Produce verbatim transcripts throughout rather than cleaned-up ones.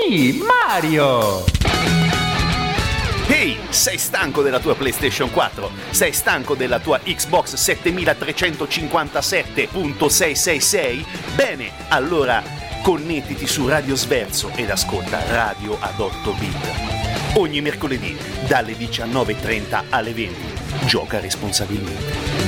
Sì, Mario! Ehi, sei stanco della tua PlayStation quattro? Sei stanco della tua Xbox setemilatrecentocinquantasette settecentosessantasei? Bene, allora connettiti su Radio Sverso ed ascolta Radio ad otto bit. Ogni mercoledì dalle diciannove e trenta alle venti. Gioca responsabilmente.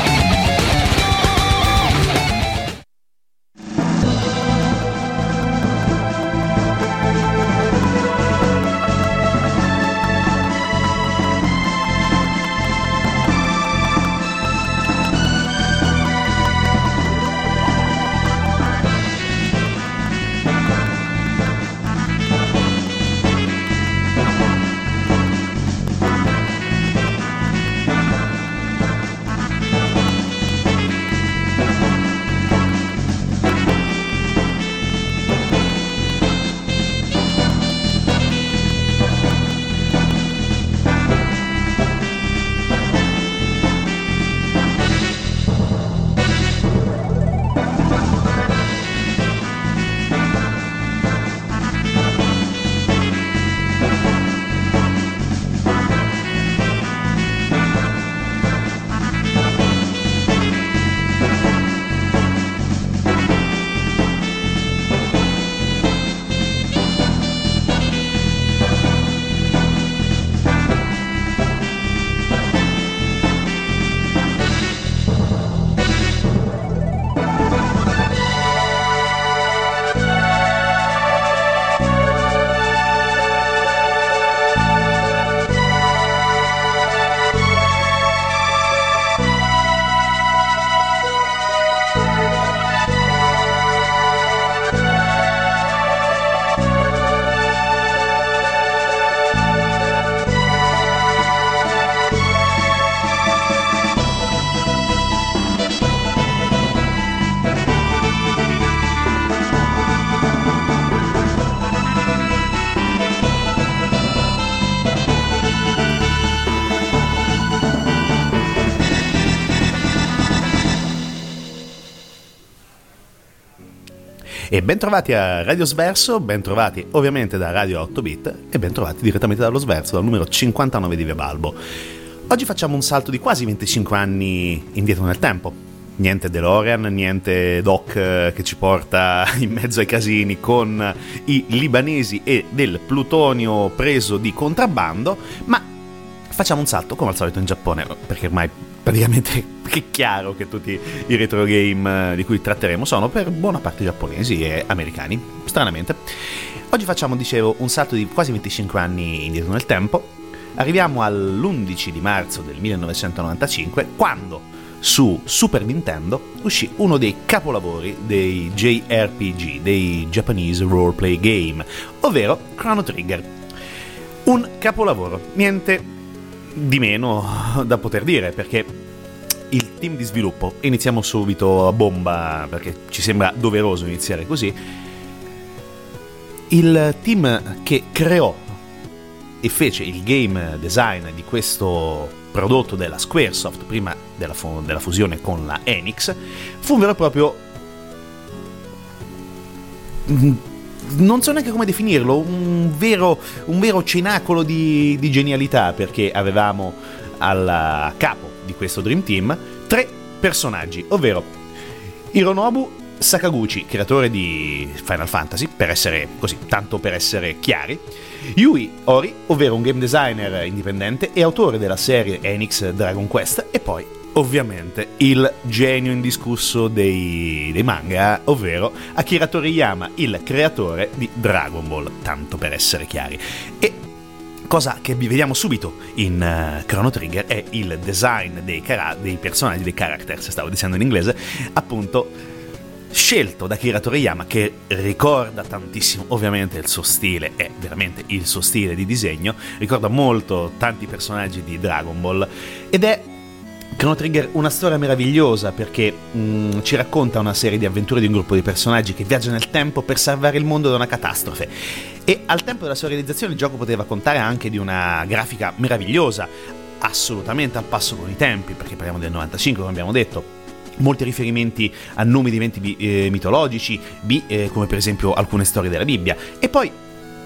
E bentrovati a Radio Sverso, bentrovati ovviamente da Radio otto bit e bentrovati direttamente dallo Sverso, dal numero cinquantanove di Via Balbo. Oggi facciamo un salto di quasi venticinque anni indietro nel tempo. Niente DeLorean, niente Doc che ci porta in mezzo ai casini con i libanesi e del plutonio preso di contrabbando, ma facciamo un salto come al solito in Giappone, perché ormai praticamente è chiaro che tutti i retro game di cui tratteremo sono per buona parte giapponesi e americani, stranamente. Oggi facciamo, dicevo, un salto di quasi venticinque anni indietro nel tempo. Arriviamo all'undici di marzo del millenovecentonovantacinque, quando su Super Nintendo uscì uno dei capolavori dei J R P G, dei Japanese Roleplay Game, ovvero Chrono Trigger. Un capolavoro, niente di meno da poter dire, perché il team di sviluppo, iniziamo subito a bomba perché ci sembra doveroso iniziare così, il team che creò e fece il game design di questo prodotto della Squaresoft prima della, fu- della fusione con la Enix fu un vero e proprio, non so neanche come definirlo, un vero, un vero cenacolo di, di genialità, perché avevamo al capo di questo Dream Team tre personaggi, ovvero Hironobu Sakaguchi, creatore di Final Fantasy, per essere così, tanto per essere chiari, Yui Ori, ovvero un game designer indipendente e autore della serie Enix Dragon Quest, e poi ovviamente il genio indiscusso dei, dei manga, ovvero Akira Toriyama, il creatore di Dragon Ball, tanto per essere chiari. E cosa che vi vediamo subito in uh, Chrono Trigger è il design dei, cara- dei personaggi, dei characters, stavo dicendo in inglese, appunto scelto da Akira Toriyama, che ricorda tantissimo, ovviamente il suo stile è veramente il suo stile di disegno, ricorda molto tanti personaggi di Dragon Ball, ed è Chrono Trigger una storia meravigliosa, perché mh, ci racconta una serie di avventure di un gruppo di personaggi che viaggia nel tempo per salvare il mondo da una catastrofe, e al tempo della sua realizzazione il gioco poteva contare anche di una grafica meravigliosa, assolutamente al passo con i tempi, perché parliamo del novantacinque, come abbiamo detto. Molti riferimenti a nomi di eventi eh, mitologici, B, eh, come per esempio alcune storie della Bibbia, e poi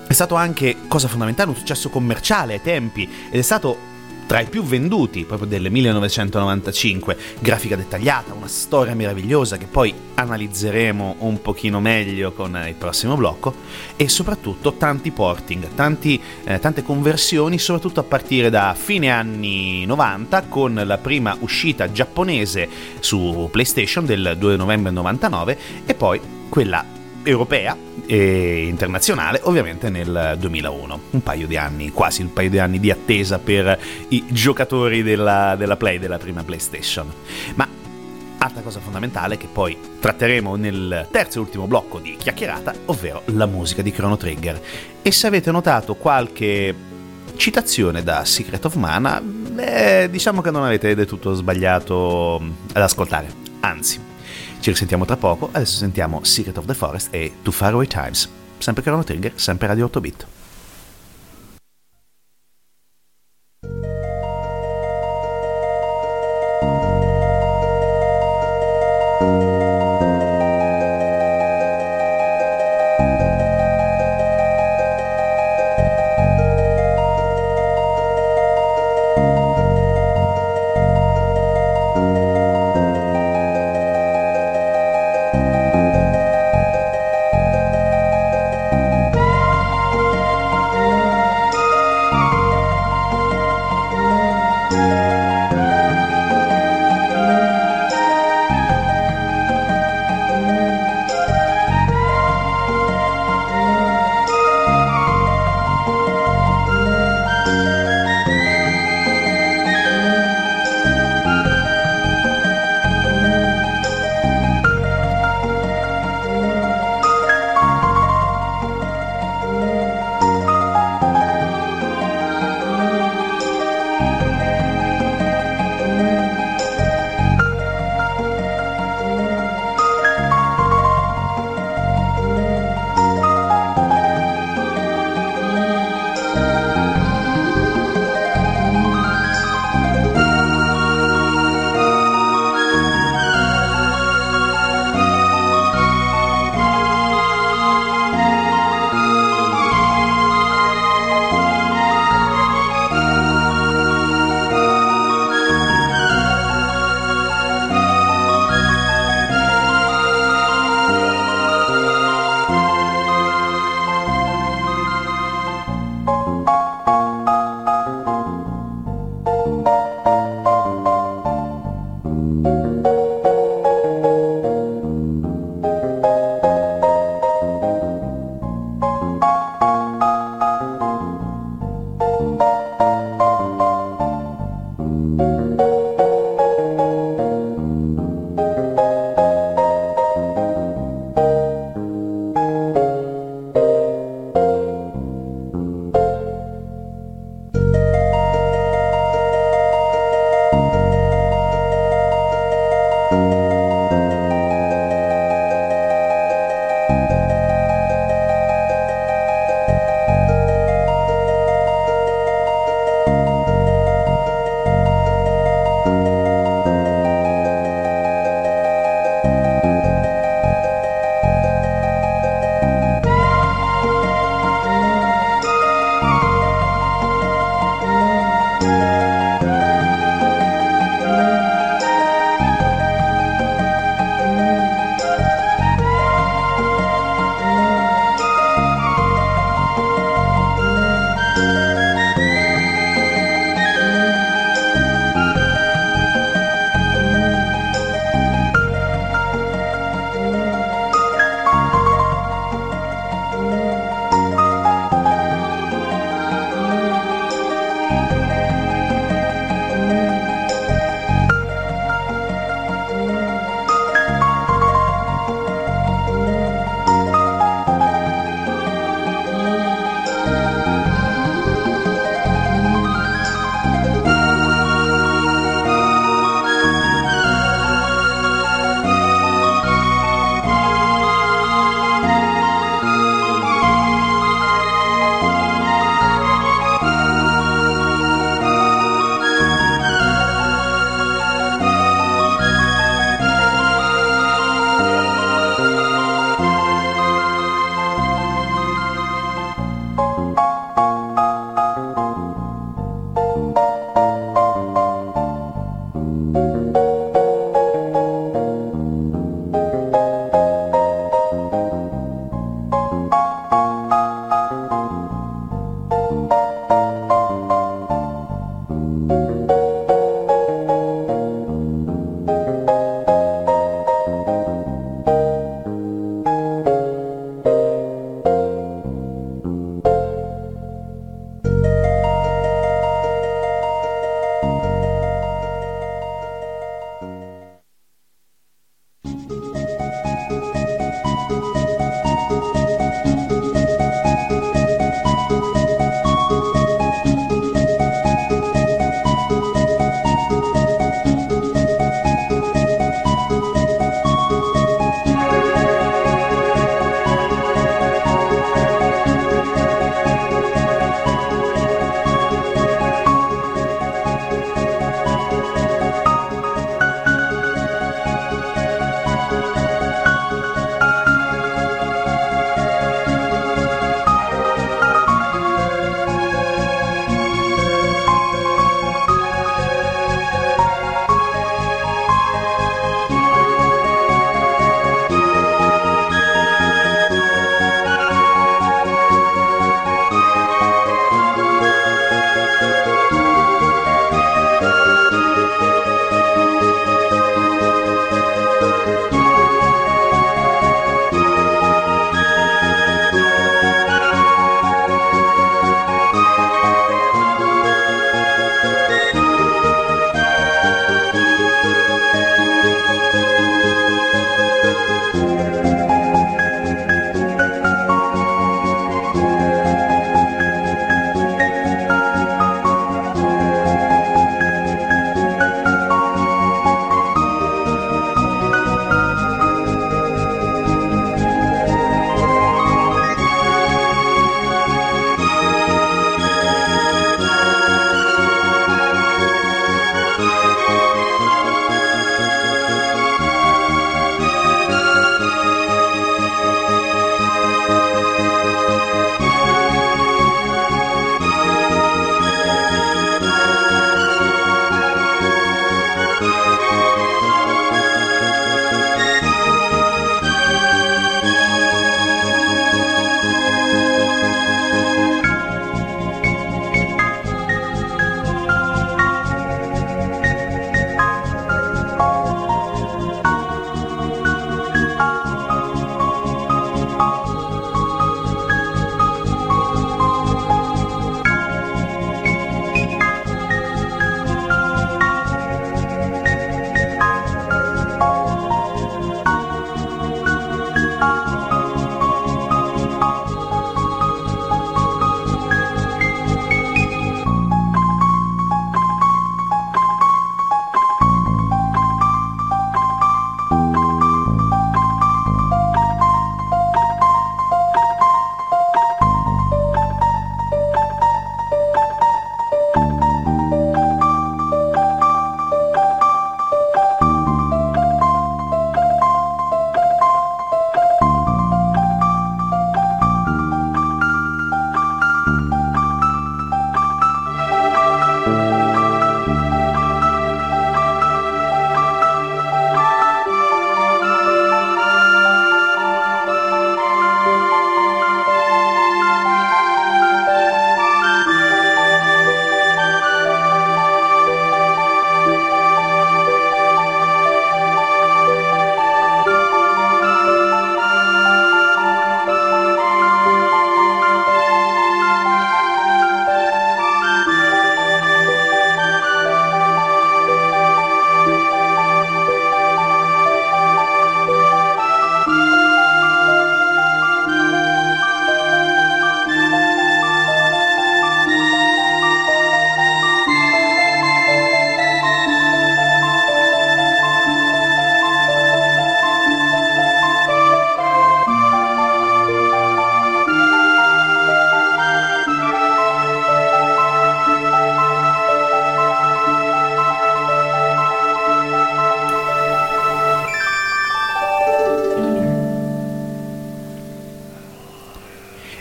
È stato anche, cosa fondamentale, un successo commerciale ai tempi, ed è stato tra i più venduti proprio del millenovecentonovantacinque. Grafica dettagliata, una storia meravigliosa che poi analizzeremo un pochino meglio con il prossimo blocco, e soprattutto tanti porting, tanti, eh, tante conversioni, soprattutto a partire da fine anni novanta, con la prima uscita giapponese su PlayStation del due novembre novantanove e poi quella europea e internazionale ovviamente nel duemilauno. Un paio di anni, quasi un paio di anni di attesa per i giocatori della, della Play, della prima PlayStation. Ma altra cosa fondamentale che poi tratteremo nel terzo e ultimo blocco di chiacchierata, ovvero la musica di Chrono Trigger. E se avete notato qualche citazione da Secret of Mana, beh, diciamo che non avete del tutto sbagliato ad ascoltare, anzi. Ci risentiamo tra poco, adesso sentiamo Secret of the Forest e Too Far Away Times. Sempre Chrono Trigger, sempre Radio otto bit.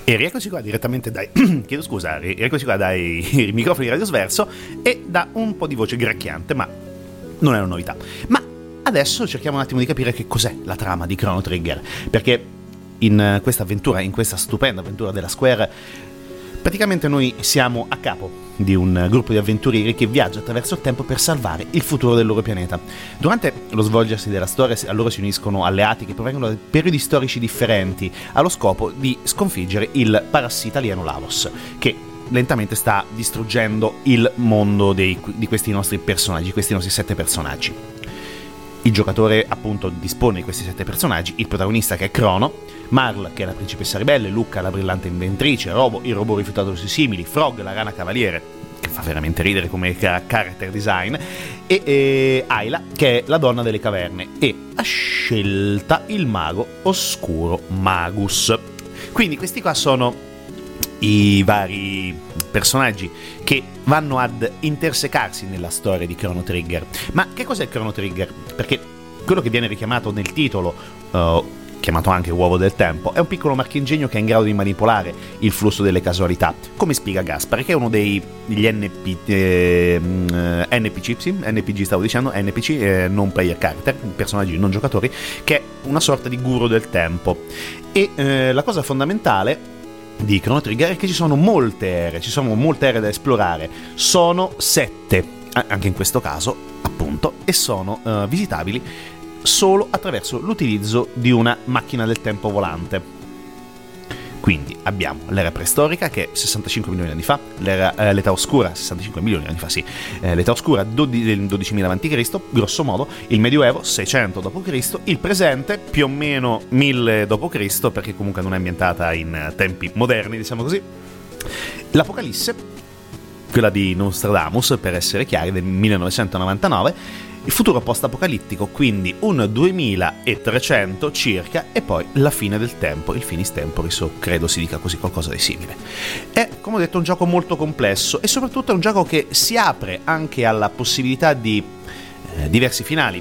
E rieccoci qua direttamente dai chiedo scusa, rieccoci qua dai microfoni di Radio Sverso e da un po' di voce gracchiante, ma non è una novità. Ma adesso cerchiamo un attimo di capire che cos'è la trama di Chrono Trigger, perché in questa avventura, in questa stupenda avventura della Square, praticamente noi siamo a capo di un gruppo di avventurieri che viaggia attraverso il tempo per salvare il futuro del loro pianeta. Durante lo svolgersi della storia a loro si uniscono alleati che provengono da periodi storici differenti, allo scopo di sconfiggere il parassita alieno Lavos, che lentamente sta distruggendo il mondo dei, di questi nostri personaggi, questi nostri sette personaggi. Il giocatore appunto dispone di questi sette personaggi, il protagonista che è Chrono, Marl che è la principessa ribelle, Lucca la brillante inventrice, Robo il robot rifiutato dai suoi simili, Frog la rana cavaliere, che fa veramente ridere come character design, e, e Ayla che è la donna delle caverne, e a scelta il mago oscuro Magus. Quindi questi qua sono i vari personaggi che vanno ad intersecarsi nella storia di Chrono Trigger. Ma che cos'è Chrono Trigger? Perché quello che viene richiamato nel titolo, uh, chiamato anche Uovo del Tempo, è un piccolo marchingegno che è in grado di manipolare il flusso delle casualità, come spiega Gaspar, che è uno dei, degli N P, eh, N P C, sì, N P G stavo dicendo, N P C, eh, non player character, personaggi non giocatori, che è una sorta di guru del tempo. E eh, la cosa fondamentale di Chrono Trigger è che ci sono molte ere, ci sono molte ere da esplorare, sono sette, anche in questo caso, appunto, e sono uh, visitabili solo attraverso l'utilizzo di una macchina del tempo volante. Quindi abbiamo l'era preistorica, che è sessantacinque milioni di anni fa, l'era, eh, l'età oscura, sessantacinque milioni di anni fa, sì, eh, l'età oscura dodicimila avanti Cristo, grosso modo, il Medioevo, seicento dopo Cristo, il presente, più o meno mille dopo Cristo, perché comunque non è ambientata in tempi moderni, diciamo così, l'Apocalisse, quella di Nostradamus, per essere chiari, del millenovecentonovantanove, il futuro post-apocalittico, quindi un duemilatrecento circa, e poi la fine del tempo, il finis temporis, o credo si dica così, qualcosa di simile. È, come ho detto, un gioco molto complesso e soprattutto è un gioco che si apre anche alla possibilità di eh, diversi finali,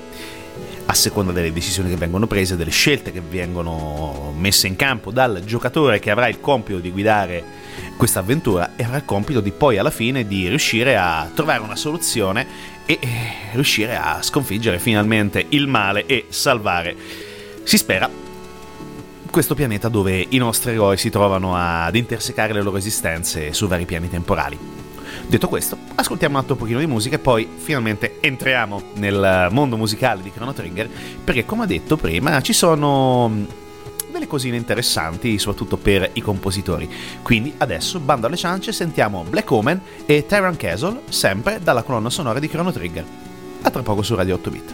a seconda delle decisioni che vengono prese, delle scelte che vengono messe in campo dal giocatore che avrà il compito di guidare questa avventura e avrà il compito di poi alla fine di riuscire a trovare una soluzione e riuscire a sconfiggere finalmente il male e salvare, si spera, questo pianeta dove i nostri eroi si trovano ad intersecare le loro esistenze su vari piani temporali. Detto questo, ascoltiamo un altro pochino di musica e poi finalmente entriamo nel mondo musicale di Chrono Trigger, perché come ho detto prima ci sono delle cosine interessanti, soprattutto per i compositori. Quindi adesso, bando alle ciance, sentiamo Black Omen e Tyran Castle, sempre dalla colonna sonora di Chrono Trigger. A tra poco su Radio otto bit.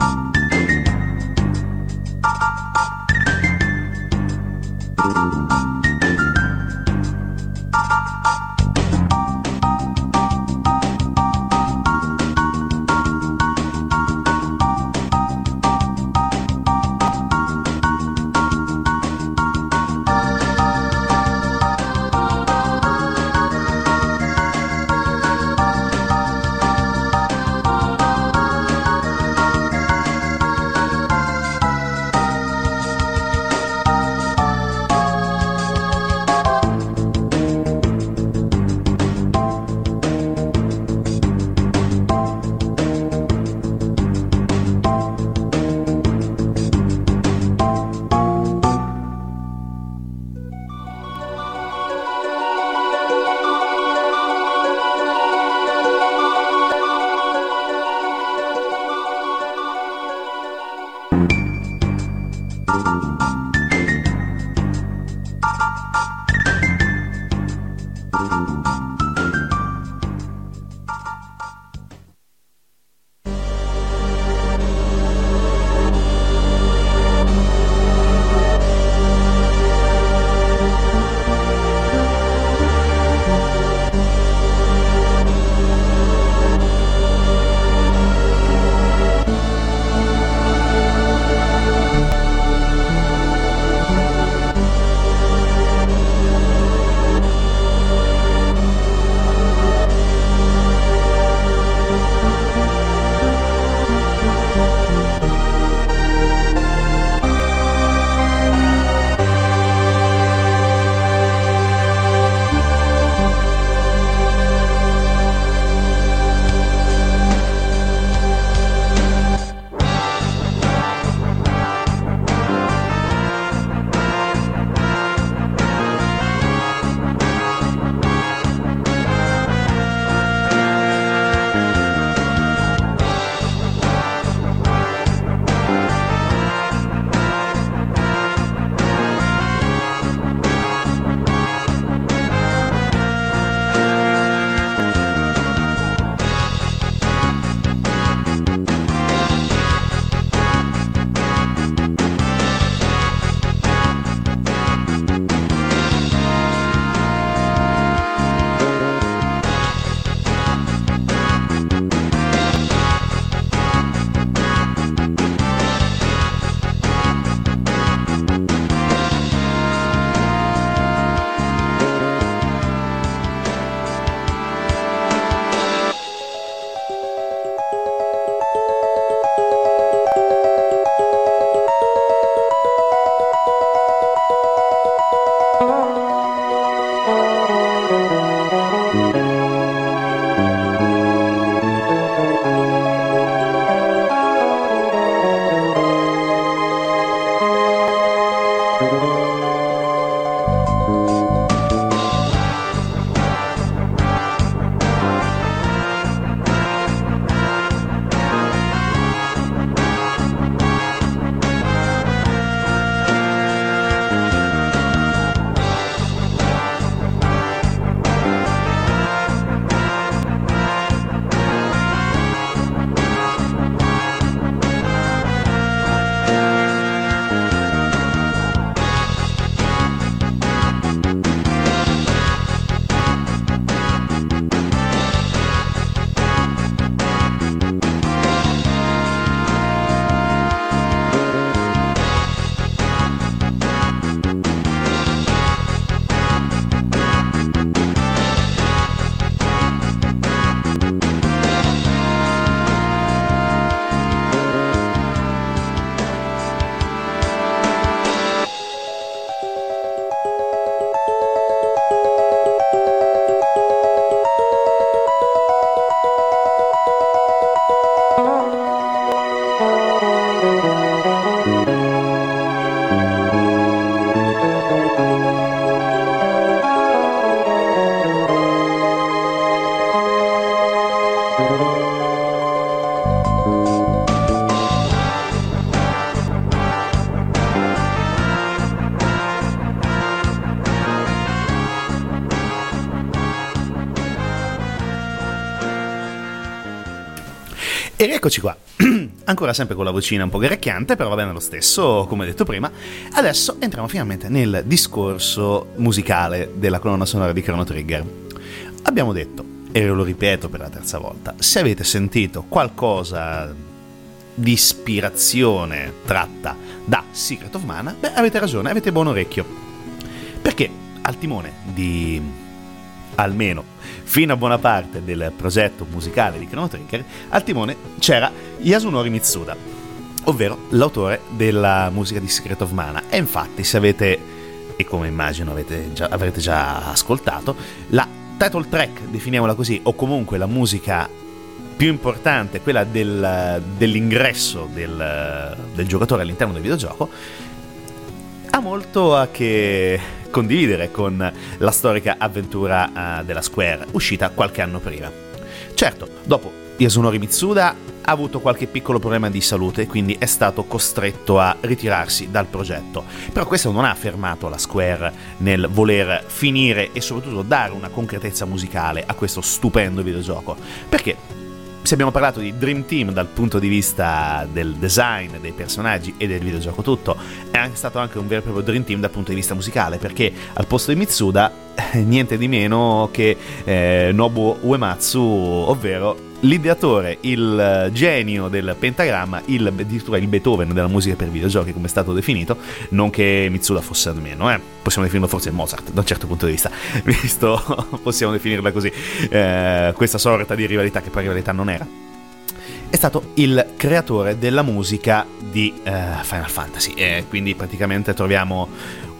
Thank you. E rieccoci qua, ancora sempre con la vocina un po' grecchiante, però va bene lo stesso, come detto prima. Adesso entriamo finalmente nel discorso musicale della colonna sonora di Chrono Trigger. Abbiamo detto, e lo ripeto per la terza volta, se avete sentito qualcosa di ispirazione tratta da Secret of Mana, beh, avete ragione, avete buon orecchio. Perché al timone di, almeno fino a buona parte del progetto musicale di Chrono Trigger, al timone c'era Yasunori Mitsuda, ovvero l'autore della musica di Secret of Mana. E infatti, se avete, e come immagino avete già, avrete già ascoltato, la title track, definiamola così, o comunque la musica più importante, quella del, dell'ingresso del, del giocatore all'interno del videogioco, ha molto a che condividere con la storica avventura uh, della Square, uscita qualche anno prima. Certo, dopo Yasunori Mitsuda ha avuto qualche piccolo problema di salute, quindi è stato costretto a ritirarsi dal progetto. Però questo non ha fermato la Square nel voler finire e soprattutto dare una concretezza musicale a questo stupendo videogioco. Perché se abbiamo parlato di Dream Team dal punto di vista del design, dei personaggi e del videogioco tutto, è anche stato anche un vero e proprio Dream Team dal punto di vista musicale, perché al posto di Mitsuda niente di meno che eh, Nobuo Uematsu, ovvero l'ideatore, il genio del pentagramma, il, addirittura il Beethoven della musica per videogiochi, come è stato definito, non che Mitsuda fosse almeno, eh? Possiamo definirlo forse Mozart da un certo punto di vista, visto possiamo definirla così, eh, questa sorta di rivalità che poi rivalità non era. È stato il creatore della musica di eh, Final Fantasy, e quindi praticamente troviamo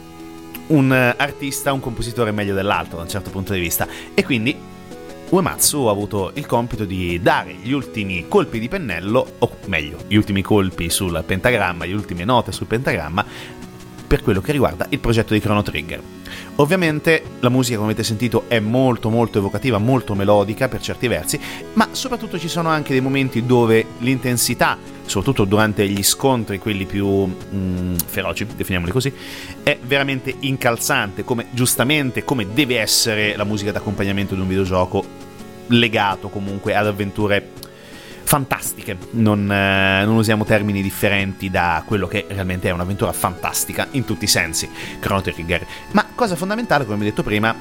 un artista, un compositore meglio dell'altro da un certo punto di vista, e quindi Uematsu ha avuto il compito di dare gli ultimi colpi di pennello, o meglio, gli ultimi colpi sul pentagramma, le ultime note sul pentagramma, per quello che riguarda il progetto di Chrono Trigger. Ovviamente la musica, come avete sentito, è molto molto evocativa, molto melodica per certi versi, ma soprattutto ci sono anche dei momenti dove l'intensità, soprattutto durante gli scontri, quelli più mm, feroci, definiamoli così, è veramente incalzante, come giustamente come deve essere la musica d'accompagnamento di un videogioco legato comunque ad avventure fantastiche. Non, eh, non usiamo termini differenti da quello che realmente è un'avventura fantastica in tutti i sensi, Chrono Trigger. Ma cosa fondamentale, come vi ho detto prima,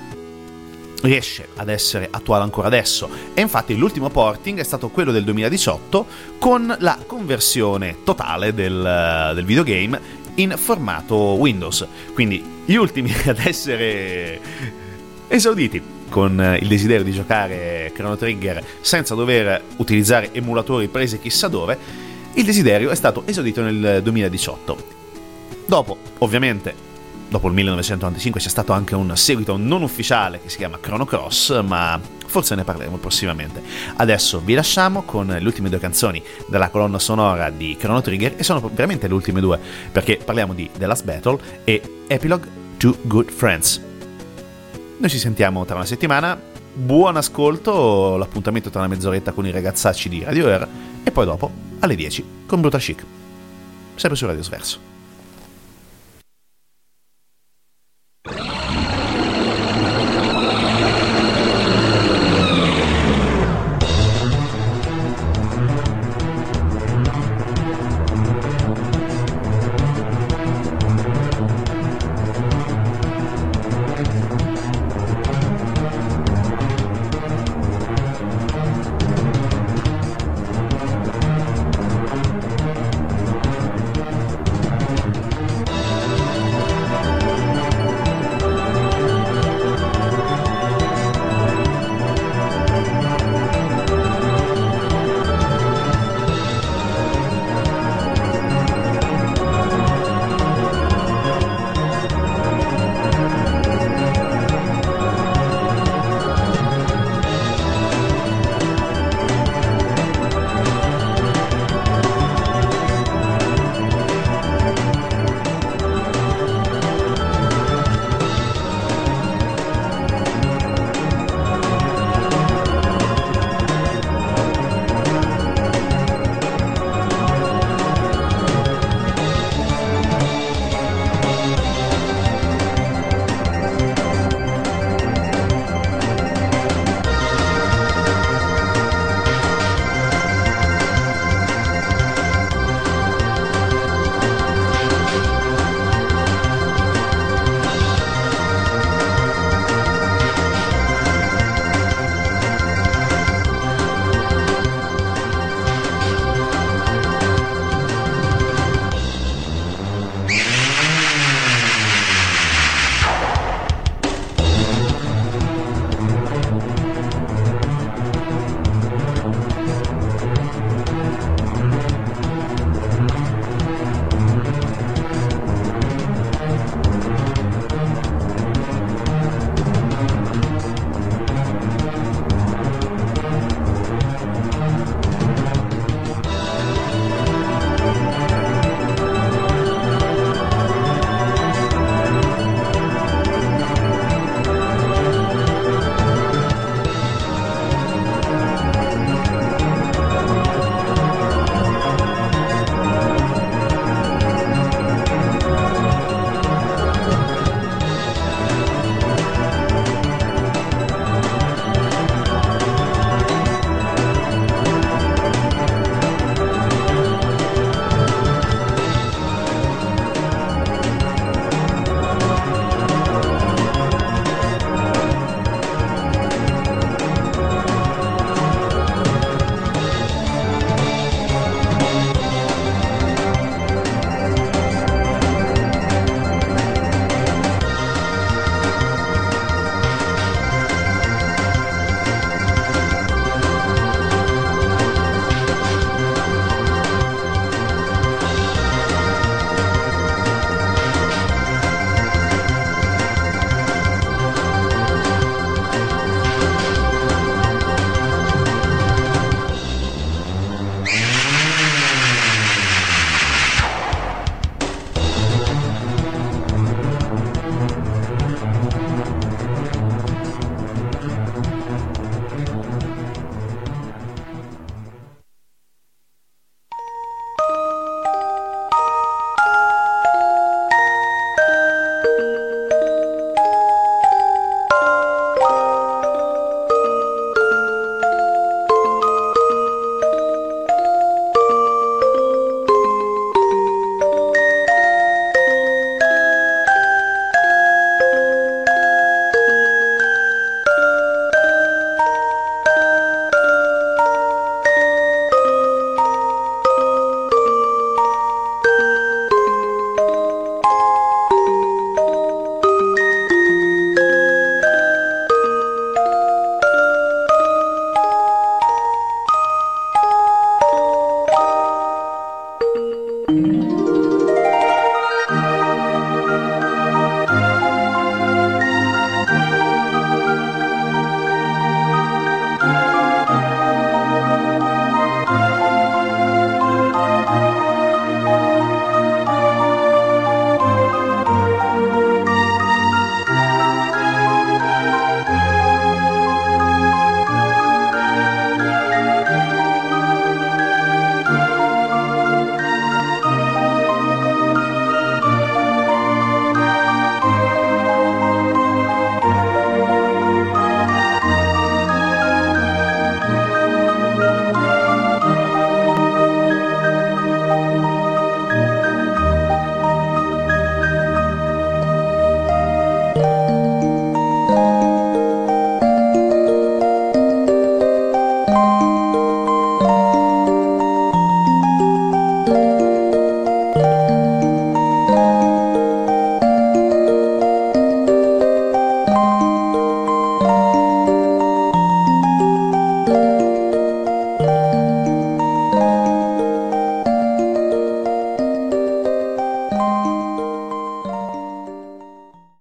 riesce ad essere attuale ancora adesso, e infatti l'ultimo porting è stato quello del duemiladiciotto, con la conversione totale del, del videogame in formato Windows. Quindi gli ultimi ad essere esauditi con il desiderio di giocare Chrono Trigger senza dover utilizzare emulatori presi chissà dove, il desiderio è stato esaudito nel duemiladiciotto. Dopo, ovviamente, dopo il millenovecentonovantacinque c'è stato anche un seguito non ufficiale che si chiama Chrono Cross, ma forse ne parleremo prossimamente. Adesso vi lasciamo con le ultime due canzoni della colonna sonora di Chrono Trigger, e sono veramente le ultime due, perché parliamo di The Last Battle e Epilogue to Good Friends. Noi ci sentiamo tra una settimana, buon ascolto, l'appuntamento tra una mezz'oretta con i ragazzacci di Radio Air, e poi dopo alle dieci con Brutal Chic, sempre su Radio Sverso.